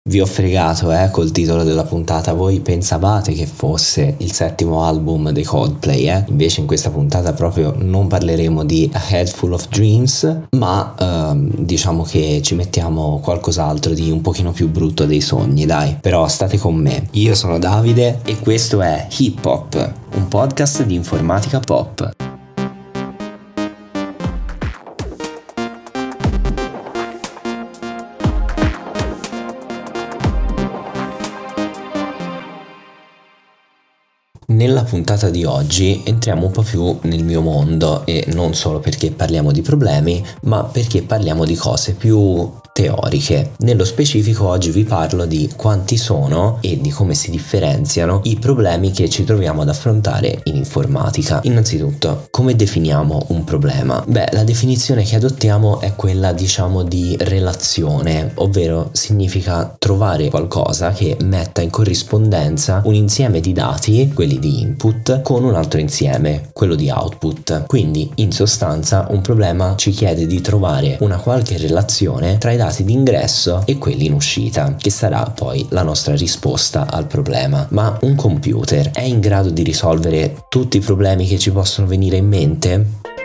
Vi ho fregato col titolo della puntata. Voi pensavate che fosse il settimo album dei Coldplay, Invece in questa puntata proprio non parleremo di A Head Full of Dreams, ma diciamo che ci mettiamo qualcos'altro di un pochino più brutto dei sogni, dai. Però state con me. Io sono Davide e questo è Hip Hop, un podcast di informatica pop. Nella puntata di oggi entriamo un po' più nel mio mondo e non solo perché parliamo di problemi, ma perché parliamo di cose più teoriche. Nello specifico oggi vi parlo di quanti sono e di come si differenziano i problemi che ci troviamo ad affrontare in informatica. Innanzitutto, come definiamo un problema? La definizione che adottiamo è quella, di relazione, ovvero significa trovare qualcosa che metta in corrispondenza un insieme di dati, quelli di input, con un altro insieme, quello di output. Quindi, in sostanza, un problema ci chiede di trovare una qualche relazione tra i dati di ingresso e quelli in uscita, che sarà poi la nostra risposta al problema. Ma un computer è in grado di risolvere tutti i problemi che ci possono venire in mente?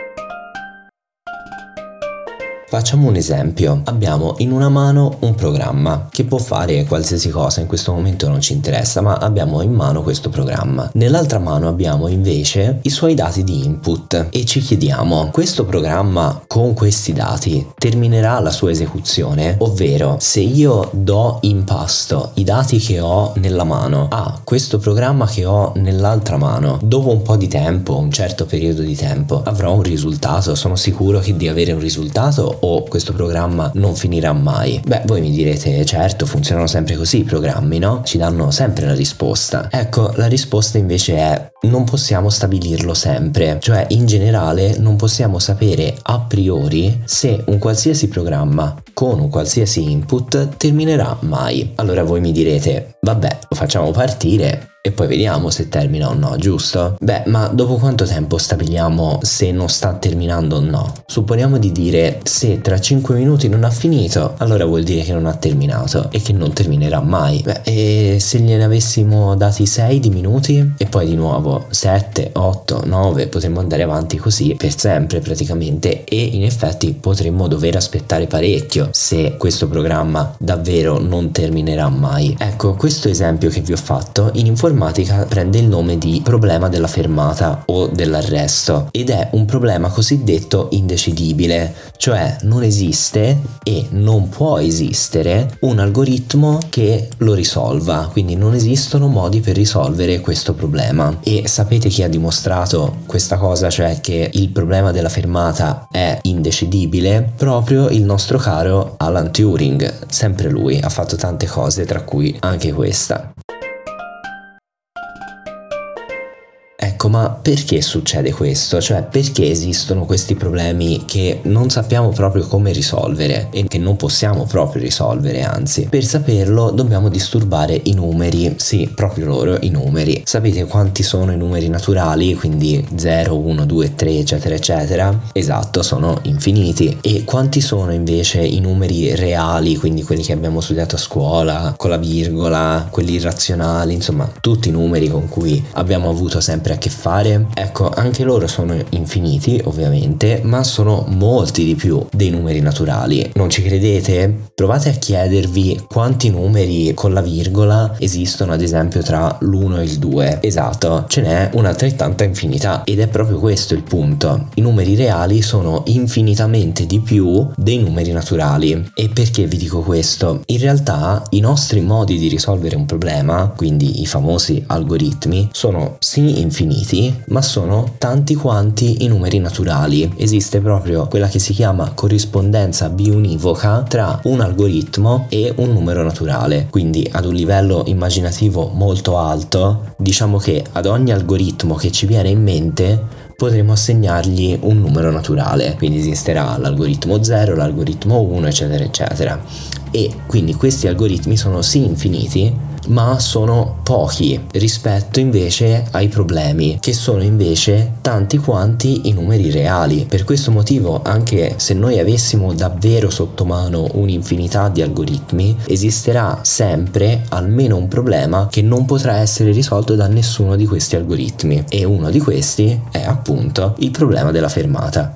Facciamo un esempio. Abbiamo in una mano un programma che può fare qualsiasi cosa, in questo momento non ci interessa, ma abbiamo in mano questo programma. Nell'altra mano abbiamo invece i suoi dati di input e ci chiediamo: questo programma con questi dati terminerà la sua esecuzione? Ovvero, se io do in pasto i dati che ho nella mano a questo programma che ho nell'altra mano, dopo un po' di tempo, un certo periodo di tempo, avrò un risultato? Sono sicuro di avere un risultato? O questo programma non finirà mai? Voi mi direte: certo, funzionano sempre così i programmi, no? Ci danno sempre la risposta. Ecco, la risposta invece è: non possiamo stabilirlo sempre. Cioè, in generale, non possiamo sapere a priori se un qualsiasi programma con un qualsiasi input terminerà mai. Allora voi mi direte: vabbè, lo facciamo partire e poi vediamo se termina o no, giusto? Ma dopo quanto tempo stabiliamo se non sta terminando o no? Supponiamo di dire: se tra 5 minuti non ha finito, allora vuol dire che non ha terminato e che non terminerà mai. E se gliene avessimo dati 6 di minuti e poi di nuovo 7, 8, 9, potremmo andare avanti così per sempre praticamente, e in effetti potremmo dover aspettare parecchio se questo programma davvero non terminerà mai. Ecco, questo esempio che vi ho fatto in informatica prende il nome di problema della fermata o dell'arresto, ed è un problema cosiddetto indecidibile, cioè non esiste e non può esistere un algoritmo che lo risolva, quindi non esistono modi per risolvere questo problema. E sapete chi ha dimostrato questa cosa, cioè che il problema della fermata è indecidibile? Proprio il nostro caro Alan Turing. Sempre lui ha fatto tante cose, tra cui anche questa. Ecco, ma perché succede questo? Cioè, perché esistono questi problemi che non sappiamo proprio come risolvere e che non possiamo proprio risolvere, anzi? Per saperlo dobbiamo disturbare i numeri, sì, proprio loro, i numeri. Sapete quanti sono i numeri naturali? Quindi 0, 1, 2, 3, eccetera, eccetera? Esatto, sono infiniti. E quanti sono invece i numeri reali, quindi quelli che abbiamo studiato a scuola, con la virgola, quelli irrazionali, insomma, tutti i numeri con cui abbiamo avuto sempre a che fare? Ecco, anche loro sono infiniti ovviamente, ma sono molti di più dei numeri naturali. Non ci credete? Provate a chiedervi quanti numeri con la virgola esistono ad esempio tra l'1 e il 2. Esatto, ce n'è un'altrettanta infinità, ed è proprio questo il punto. I numeri reali sono infinitamente di più dei numeri naturali. E perché vi dico questo? In realtà i nostri modi di risolvere un problema, quindi i famosi algoritmi, sono sì infiniti, ma sono tanti quanti i numeri naturali. Esiste proprio quella che si chiama corrispondenza biunivoca tra un algoritmo e un numero naturale. Quindi ad un livello immaginativo molto alto, diciamo che ad ogni algoritmo che ci viene in mente potremo assegnargli un numero naturale. Quindi esisterà l'algoritmo 0, l'algoritmo 1, eccetera, eccetera. E quindi questi algoritmi sono sì infiniti, ma sono pochi rispetto invece ai problemi, che sono invece tanti quanti i numeri reali. Per questo motivo, anche se noi avessimo davvero sotto mano un'infinità di algoritmi, esisterà sempre almeno un problema che non potrà essere risolto da nessuno di questi algoritmi, e uno di questi è appunto il problema della fermata.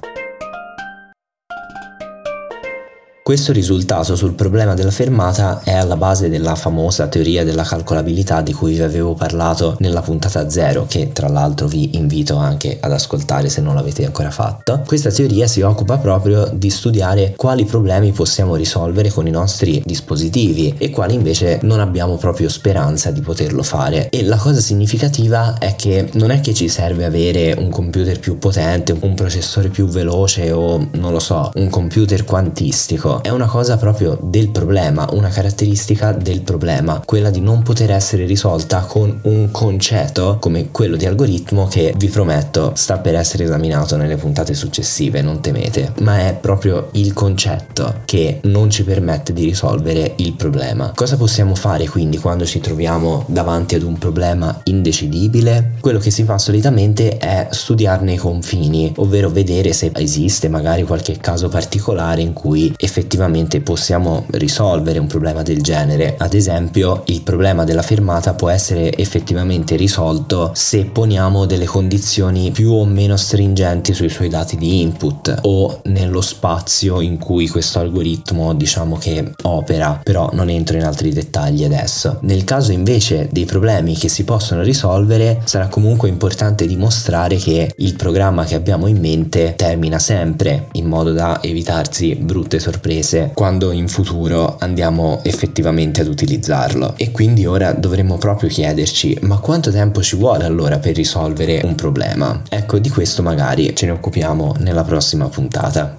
Questo risultato sul problema della fermata è alla base della famosa teoria della calcolabilità di cui vi avevo parlato nella puntata 0, che tra l'altro vi invito anche ad ascoltare se non l'avete ancora fatto. Questa teoria si occupa proprio di studiare quali problemi possiamo risolvere con i nostri dispositivi e quali invece non abbiamo proprio speranza di poterlo fare. E la cosa significativa è che non è che ci serve avere un computer più potente, un processore più veloce o non lo so, un computer quantistico. È una cosa proprio del problema, una caratteristica del problema, quella di non poter essere risolta con un concetto come quello di algoritmo che vi prometto sta per essere esaminato nelle puntate successive, non temete, ma è proprio il concetto che non ci permette di risolvere il problema. Cosa possiamo fare quindi quando ci troviamo davanti ad un problema indecidibile? Quello che si fa solitamente è studiarne i confini, ovvero vedere se esiste magari qualche caso particolare in cui effettivamente possiamo risolvere un problema del genere. Ad esempio, il problema della fermata può essere effettivamente risolto se poniamo delle condizioni più o meno stringenti sui suoi dati di input o nello spazio in cui questo algoritmo diciamo che opera, però non entro in altri dettagli adesso. Nel caso invece dei problemi che si possono risolvere, sarà comunque importante dimostrare che il programma che abbiamo in mente termina sempre, in modo da evitarsi brutte sorprese quando in futuro andiamo effettivamente ad utilizzarlo. E quindi ora dovremmo proprio chiederci: ma quanto tempo ci vuole allora per risolvere un problema? Ecco, di questo magari ce ne occupiamo nella prossima puntata.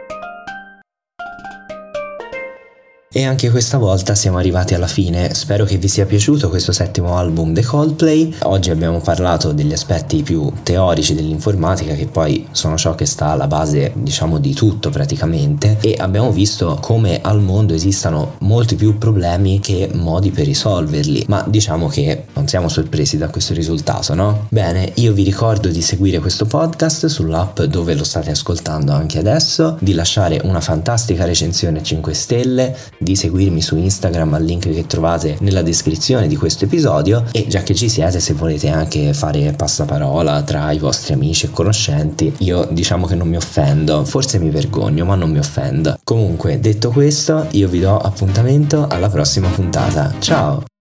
E anche questa volta siamo arrivati alla fine. Spero che vi sia piaciuto questo 7° album dei Coldplay. Oggi abbiamo parlato degli aspetti più teorici dell'informatica, che poi sono ciò che sta alla base, diciamo, di tutto praticamente, e abbiamo visto come al mondo esistano molti più problemi che modi per risolverli, ma diciamo che non siamo sorpresi da questo risultato, no? Bene, io vi ricordo di seguire questo podcast sull'app dove lo state ascoltando anche adesso, di lasciare una fantastica recensione a 5 stelle, di seguirmi su Instagram al link che trovate nella descrizione di questo episodio, e già che ci siete, se volete anche fare passaparola tra i vostri amici e conoscenti, io diciamo che non mi offendo, forse mi vergogno ma non mi offendo. Comunque, detto questo, io vi do appuntamento alla prossima puntata. Ciao!